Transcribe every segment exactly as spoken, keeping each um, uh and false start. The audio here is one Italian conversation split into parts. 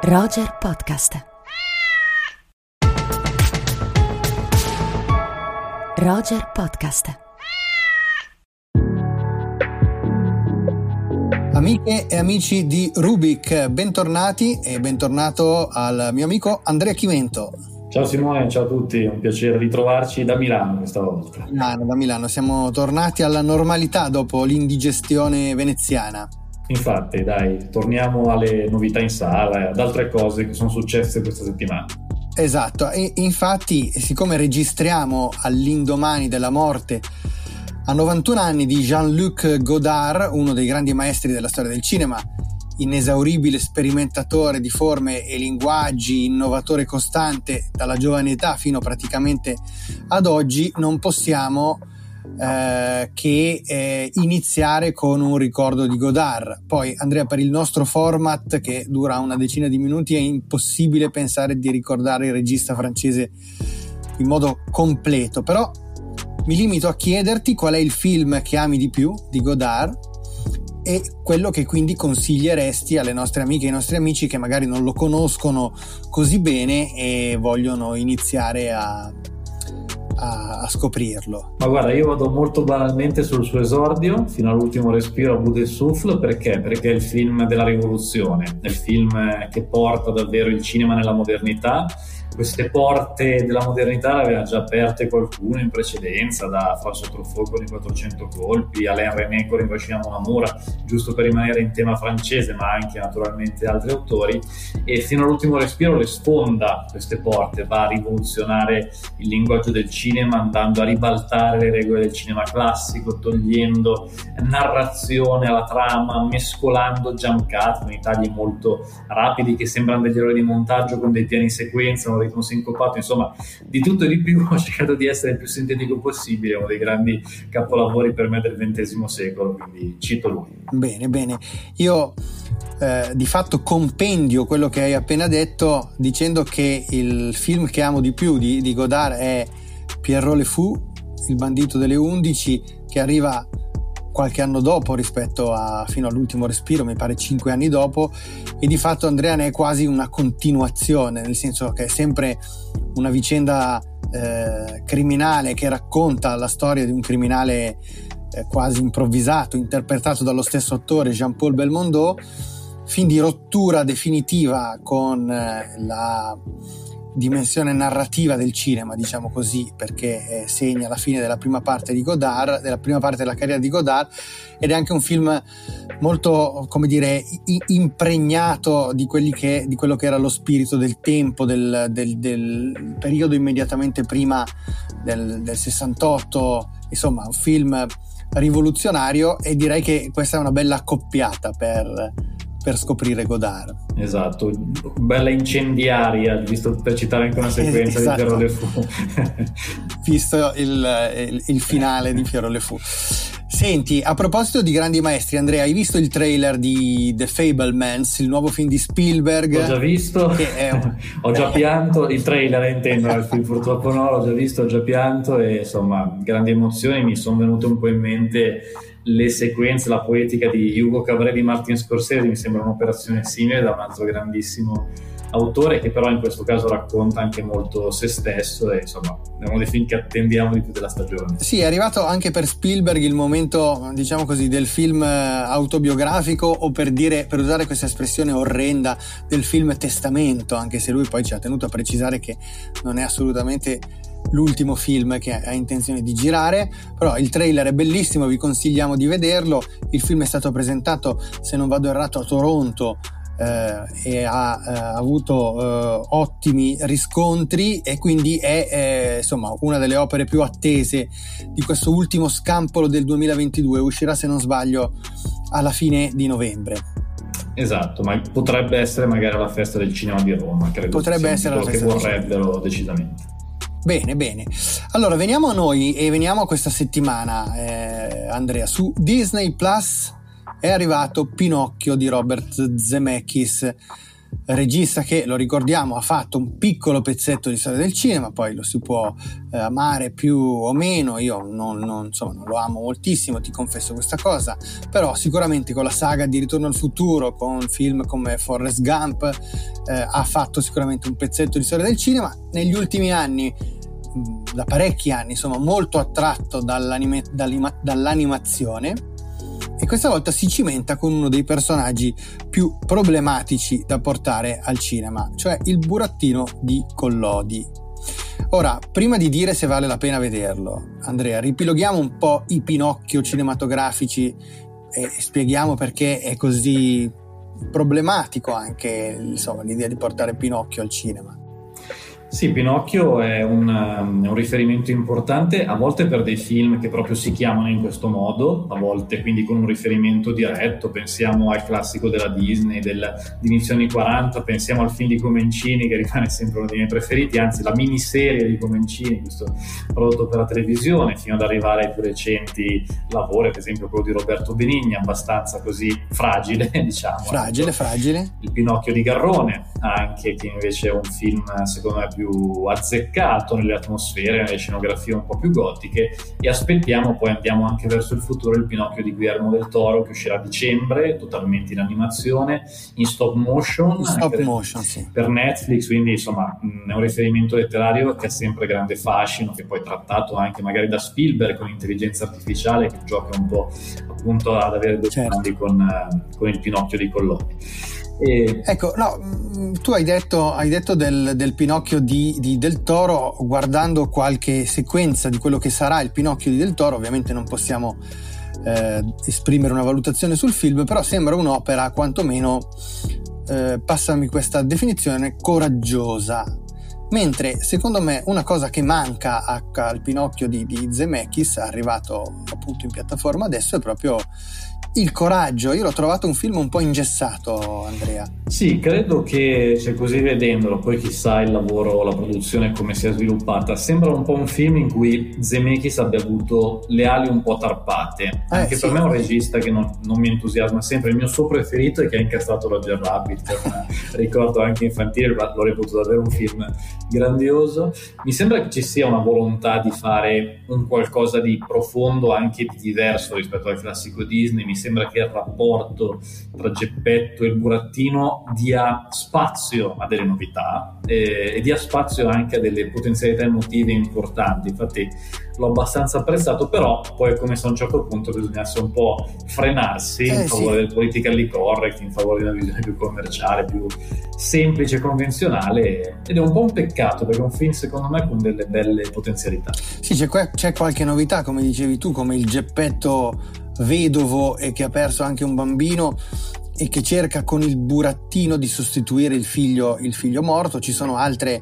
Roger Podcast. Roger Podcast. Amiche e amici di Rubik, bentornati e bentornato al mio amico Andrea Chimento. Ciao Simone, ciao a tutti, è un piacere ritrovarci da Milano questa volta. Milano, da Milano, siamo tornati alla normalità dopo l'indigestione veneziana. Infatti, dai, torniamo alle novità in sala e ad altre cose che sono successe questa settimana. Esatto, e infatti, siccome registriamo all'indomani della morte a novantuno anni di Jean-Luc Godard, uno dei grandi maestri della storia del cinema, inesauribile sperimentatore di forme e linguaggi, innovatore costante dalla giovane età fino praticamente ad oggi, non possiamo eh, che eh, iniziare con un ricordo di Godard. Poi, Andrea, per il nostro format che dura una decina di minuti è impossibile pensare di ricordare il regista francese in modo completo, però mi limito a chiederti qual è il film che ami di più di Godard e quello che quindi consiglieresti alle nostre amiche e ai nostri amici che magari non lo conoscono così bene e vogliono iniziare a, a, a scoprirlo. Ma guarda, io vado molto banalmente sul suo esordio, fino all'ultimo respiro, a Bout de Souffle. Perché? Perché è il film della rivoluzione, è il film che porta davvero il cinema nella modernità. Queste porte della modernità le aveva già aperte qualcuno in precedenza, da François Truffaut con i quattrocento colpi, Alain Resnais con Rintracciamo una mura, giusto per rimanere in tema francese, ma anche naturalmente altri autori, e fino all'ultimo respiro le sfonda queste porte, va a rivoluzionare il linguaggio del cinema andando a ribaltare le regole del cinema classico, togliendo narrazione alla trama, mescolando jump cut con i tagli molto rapidi che sembrano degli errori di montaggio con dei piani in sequenza, un ritmo sincopato, insomma di tutto e di più. Ho cercato di essere il più sintetico possibile, uno dei grandi capolavori per me del ventesimo secolo, quindi cito lui. Bene, bene, io eh, di fatto compendio quello che hai appena detto dicendo che il film che amo di più di, di Godard è Pierrot le Fou, il bandito delle undici, che arriva qualche anno dopo rispetto a fino all'ultimo respiro, mi pare cinque anni dopo, e di fatto Andrea ne è quasi una continuazione, nel senso che è sempre una vicenda eh, criminale che racconta la storia di un criminale eh, quasi improvvisato, interpretato dallo stesso attore Jean-Paul Belmondo, fin di rottura definitiva con eh, la dimensione narrativa del cinema, diciamo così, perché eh, segna la fine della prima parte di Godard, della prima parte della carriera di Godard, ed è anche un film molto, come dire, i- impregnato di quelli che di quello che era lo spirito del tempo, del, del, del periodo immediatamente prima del, del sessantotto, insomma un film rivoluzionario, e direi che questa è una bella accoppiata per per scoprire Godard. Esatto, bella incendiaria, visto, per citare anche una sequenza esatto. di Pierrot le Fou. Visto il, il, il finale di Pierrot le Fou. Senti, a proposito di grandi maestri, Andrea, hai visto il trailer di The Fabelmans, il nuovo film di Spielberg? L'ho già visto, un... ho già pianto, il trailer intendo, il film purtroppo no, l'ho già visto, ho già pianto, e insomma grandi emozioni. Mi sono venute un po' in mente le sequenze, la poetica di Hugo Cabret, di Martin Scorsese. Mi sembra un'operazione simile da un altro grandissimo autore, che però in questo caso racconta anche molto se stesso, e insomma è uno dei film che attendiamo di più della stagione. Sì, è arrivato anche per Spielberg il momento, diciamo così, del film autobiografico, o per dire, per usare questa espressione orrenda, del film testamento, anche se lui poi ci ha tenuto a precisare che non è assolutamente l'ultimo film che ha intenzione di girare. Però il trailer è bellissimo, vi consigliamo di vederlo. Il film è stato presentato, se non vado errato, a Toronto eh, e ha eh, avuto eh, ottimi riscontri, e quindi è eh, insomma una delle opere più attese di questo ultimo scampolo del duemilaventidue. Uscirà, se non sbaglio, alla fine di novembre. Esatto, ma potrebbe essere magari alla festa del cinema di Roma, credo potrebbe essere la festa che vorrebbero decisamente. Bene, bene. Allora veniamo a noi e veniamo a questa settimana, eh, Andrea. Su Disney Plus è arrivato Pinocchio di Robert Zemeckis. regista che, lo ricordiamo, ha fatto un piccolo pezzetto di storia del cinema, poi lo si può eh, amare più o meno. Io non, non, insomma, non lo amo moltissimo, ti confesso questa cosa, però sicuramente con la saga di Ritorno al futuro, con film come Forrest Gump, eh, ha fatto sicuramente un pezzetto di storia del cinema. Negli ultimi anni, mh, da parecchi anni, insomma, molto attratto dall'anime, dall'anima, dall'animazione, e questa volta si cimenta con uno dei personaggi più problematici da portare al cinema, cioè il burattino di Collodi. Ora, prima di dire se vale la pena vederlo, Andrea, ripiloghiamo un po' i Pinocchio cinematografici e spieghiamo perché è così problematico anche, insomma, l'idea di portare Pinocchio al cinema. Sì, Pinocchio è un, um, un riferimento importante, a volte per dei film che proprio si chiamano in questo modo, a volte quindi con un riferimento diretto. Pensiamo al classico della Disney, del, di inizio anni quaranta, pensiamo al film di Comencini, che rimane sempre uno dei miei preferiti, anzi la miniserie di Comencini, questo prodotto per la televisione, fino ad arrivare ai più recenti lavori, ad esempio quello di Roberto Benigni, abbastanza così fragile, diciamo. Fragile, ecco. fragile. Il Pinocchio di Garrone, anche, che invece è un film secondo me più azzeccato nelle atmosfere, nelle scenografie un po' più gotiche, e aspettiamo, poi andiamo anche verso il futuro, il Pinocchio di Guillermo del Toro, che uscirà a dicembre, totalmente in animazione, in stop motion, in stop per, motion sì. per Netflix, quindi insomma è un riferimento letterario che ha sempre grande fascino, che poi è trattato anche magari da Spielberg con intelligenza artificiale, che gioca un po' appunto ad avere due certo. grandi con, con il Pinocchio di Collodi. E... Ecco, no, tu hai detto, hai detto del, del Pinocchio di, di Del Toro, guardando qualche sequenza di quello che sarà il Pinocchio di Del Toro, ovviamente non possiamo eh, esprimere una valutazione sul film, però sembra un'opera quantomeno, eh, passami questa definizione, coraggiosa. Mentre secondo me una cosa che manca a, al Pinocchio di, di Zemeckis, arrivato appunto in piattaforma adesso, è proprio il coraggio. Io l'ho trovato un film un po' ingessato, Andrea. Sì, credo che, cioè, così vedendolo, poi chissà il lavoro, la produzione come si è sviluppata, sembra un po' un film in cui Zemeckis abbia avuto le ali un po' tarpate. Eh, Anche sì. Per me è un regista che non, non mi entusiasma sempre. Il mio suo preferito è che ha incastrato Roger Rabbit, che è un ricordo anche infantile, l'ho reputo davvero un film grandioso. Mi sembra che ci sia una volontà di fare un qualcosa di profondo, anche di diverso rispetto al classico Disney. Mi sembra che il rapporto tra Geppetto e il burattino dia spazio a delle novità eh, e dia spazio anche a delle potenzialità emotive importanti. Infatti l'ho abbastanza apprezzato, però poi è come se a un certo punto bisognasse un po' frenarsi eh, in favore sì. del politically correct, in favore di una visione più commerciale, più semplice e convenzionale, ed è un po' un peccato, perché è un film secondo me con delle belle potenzialità. Sì, c'è, c'è qualche novità, come dicevi tu, come il Geppetto vedovo e che ha perso anche un bambino e che cerca con il burattino di sostituire il figlio, il figlio morto. Ci sono altre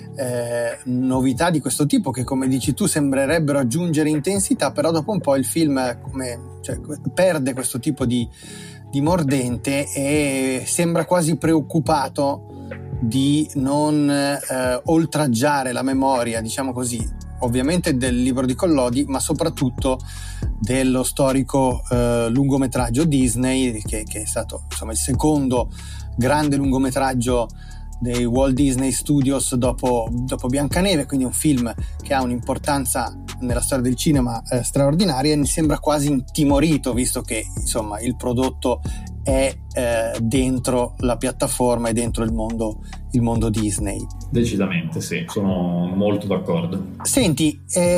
eh, novità di questo tipo che, come dici tu, sembrerebbero aggiungere intensità, però dopo un po' il film come, cioè, perde questo tipo di, di mordente e sembra quasi preoccupato di non eh, oltraggiare la memoria, diciamo così, ovviamente del libro di Collodi, ma soprattutto dello storico eh, lungometraggio Disney, che, che è stato insomma il secondo grande lungometraggio dei Walt Disney Studios dopo, dopo Biancaneve, quindi un film che ha un'importanza nella storia del cinema eh, straordinaria, e mi sembra quasi intimorito, visto che insomma il prodotto è eh, dentro la piattaforma e dentro il mondo, il mondo Disney. Decisamente sì, sono molto d'accordo. Senti,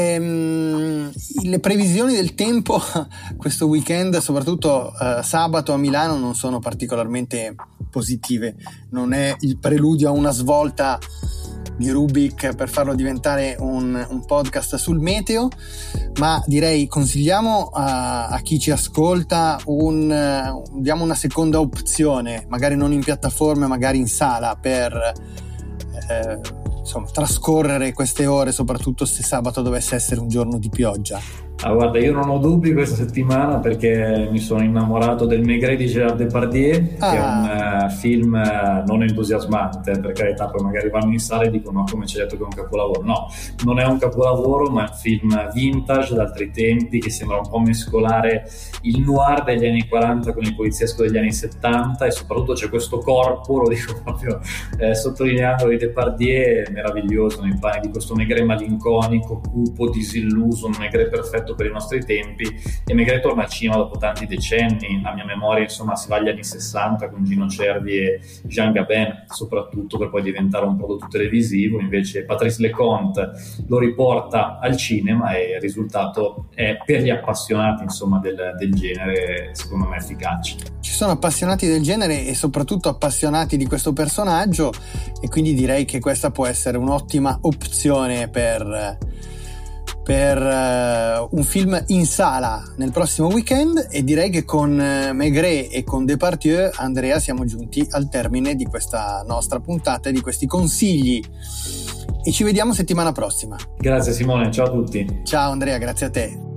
ehm, le previsioni del tempo questo weekend, soprattutto eh, sabato a Milano, non sono particolarmente positive. Non è il preludio a una svolta di Rubik per farlo diventare un, un podcast sul meteo, ma direi consigliamo a, a chi ci ascolta un, diamo una seconda opzione, magari non in piattaforma, magari in sala, per eh, insomma trascorrere queste ore, soprattutto se sabato dovesse essere un giorno di pioggia. Ah, guarda, io non ho dubbi questa settimana perché mi sono innamorato del Maigret di Gérard Depardieu, ah. che è un uh, film uh, non entusiasmante, per carità, poi magari vanno in sala e dicono no, come ci hai detto che è un capolavoro. No, non è un capolavoro, ma è un film vintage d'altri tempi che sembra un po' mescolare il noir degli anni quaranta con il poliziesco degli anni settanta, e soprattutto c'è questo corpo, lo dico proprio eh, sottolineando, di Depardieu meraviglioso nei panni di questo Maigret malinconico, cupo, disilluso, un Maigret perfetto per i nostri tempi. E Maigret torna al cinema dopo tanti decenni, a mia memoria insomma si va agli anni sessanta con Gino Cervi e Jean Gabin soprattutto, per poi diventare un prodotto televisivo. Invece Patrice Leconte lo riporta al cinema e il risultato è, per gli appassionati insomma del, del genere, secondo me efficace. Ci sono appassionati del genere e soprattutto appassionati di questo personaggio, e quindi direi che questa può essere un'ottima opzione per, per uh, un film in sala nel prossimo weekend. E direi che con uh, Maigret e con Depardieu, Andrea, siamo giunti al termine di questa nostra puntata e di questi consigli, e ci vediamo settimana prossima. Grazie Simone, ciao a tutti. Ciao Andrea, grazie a te.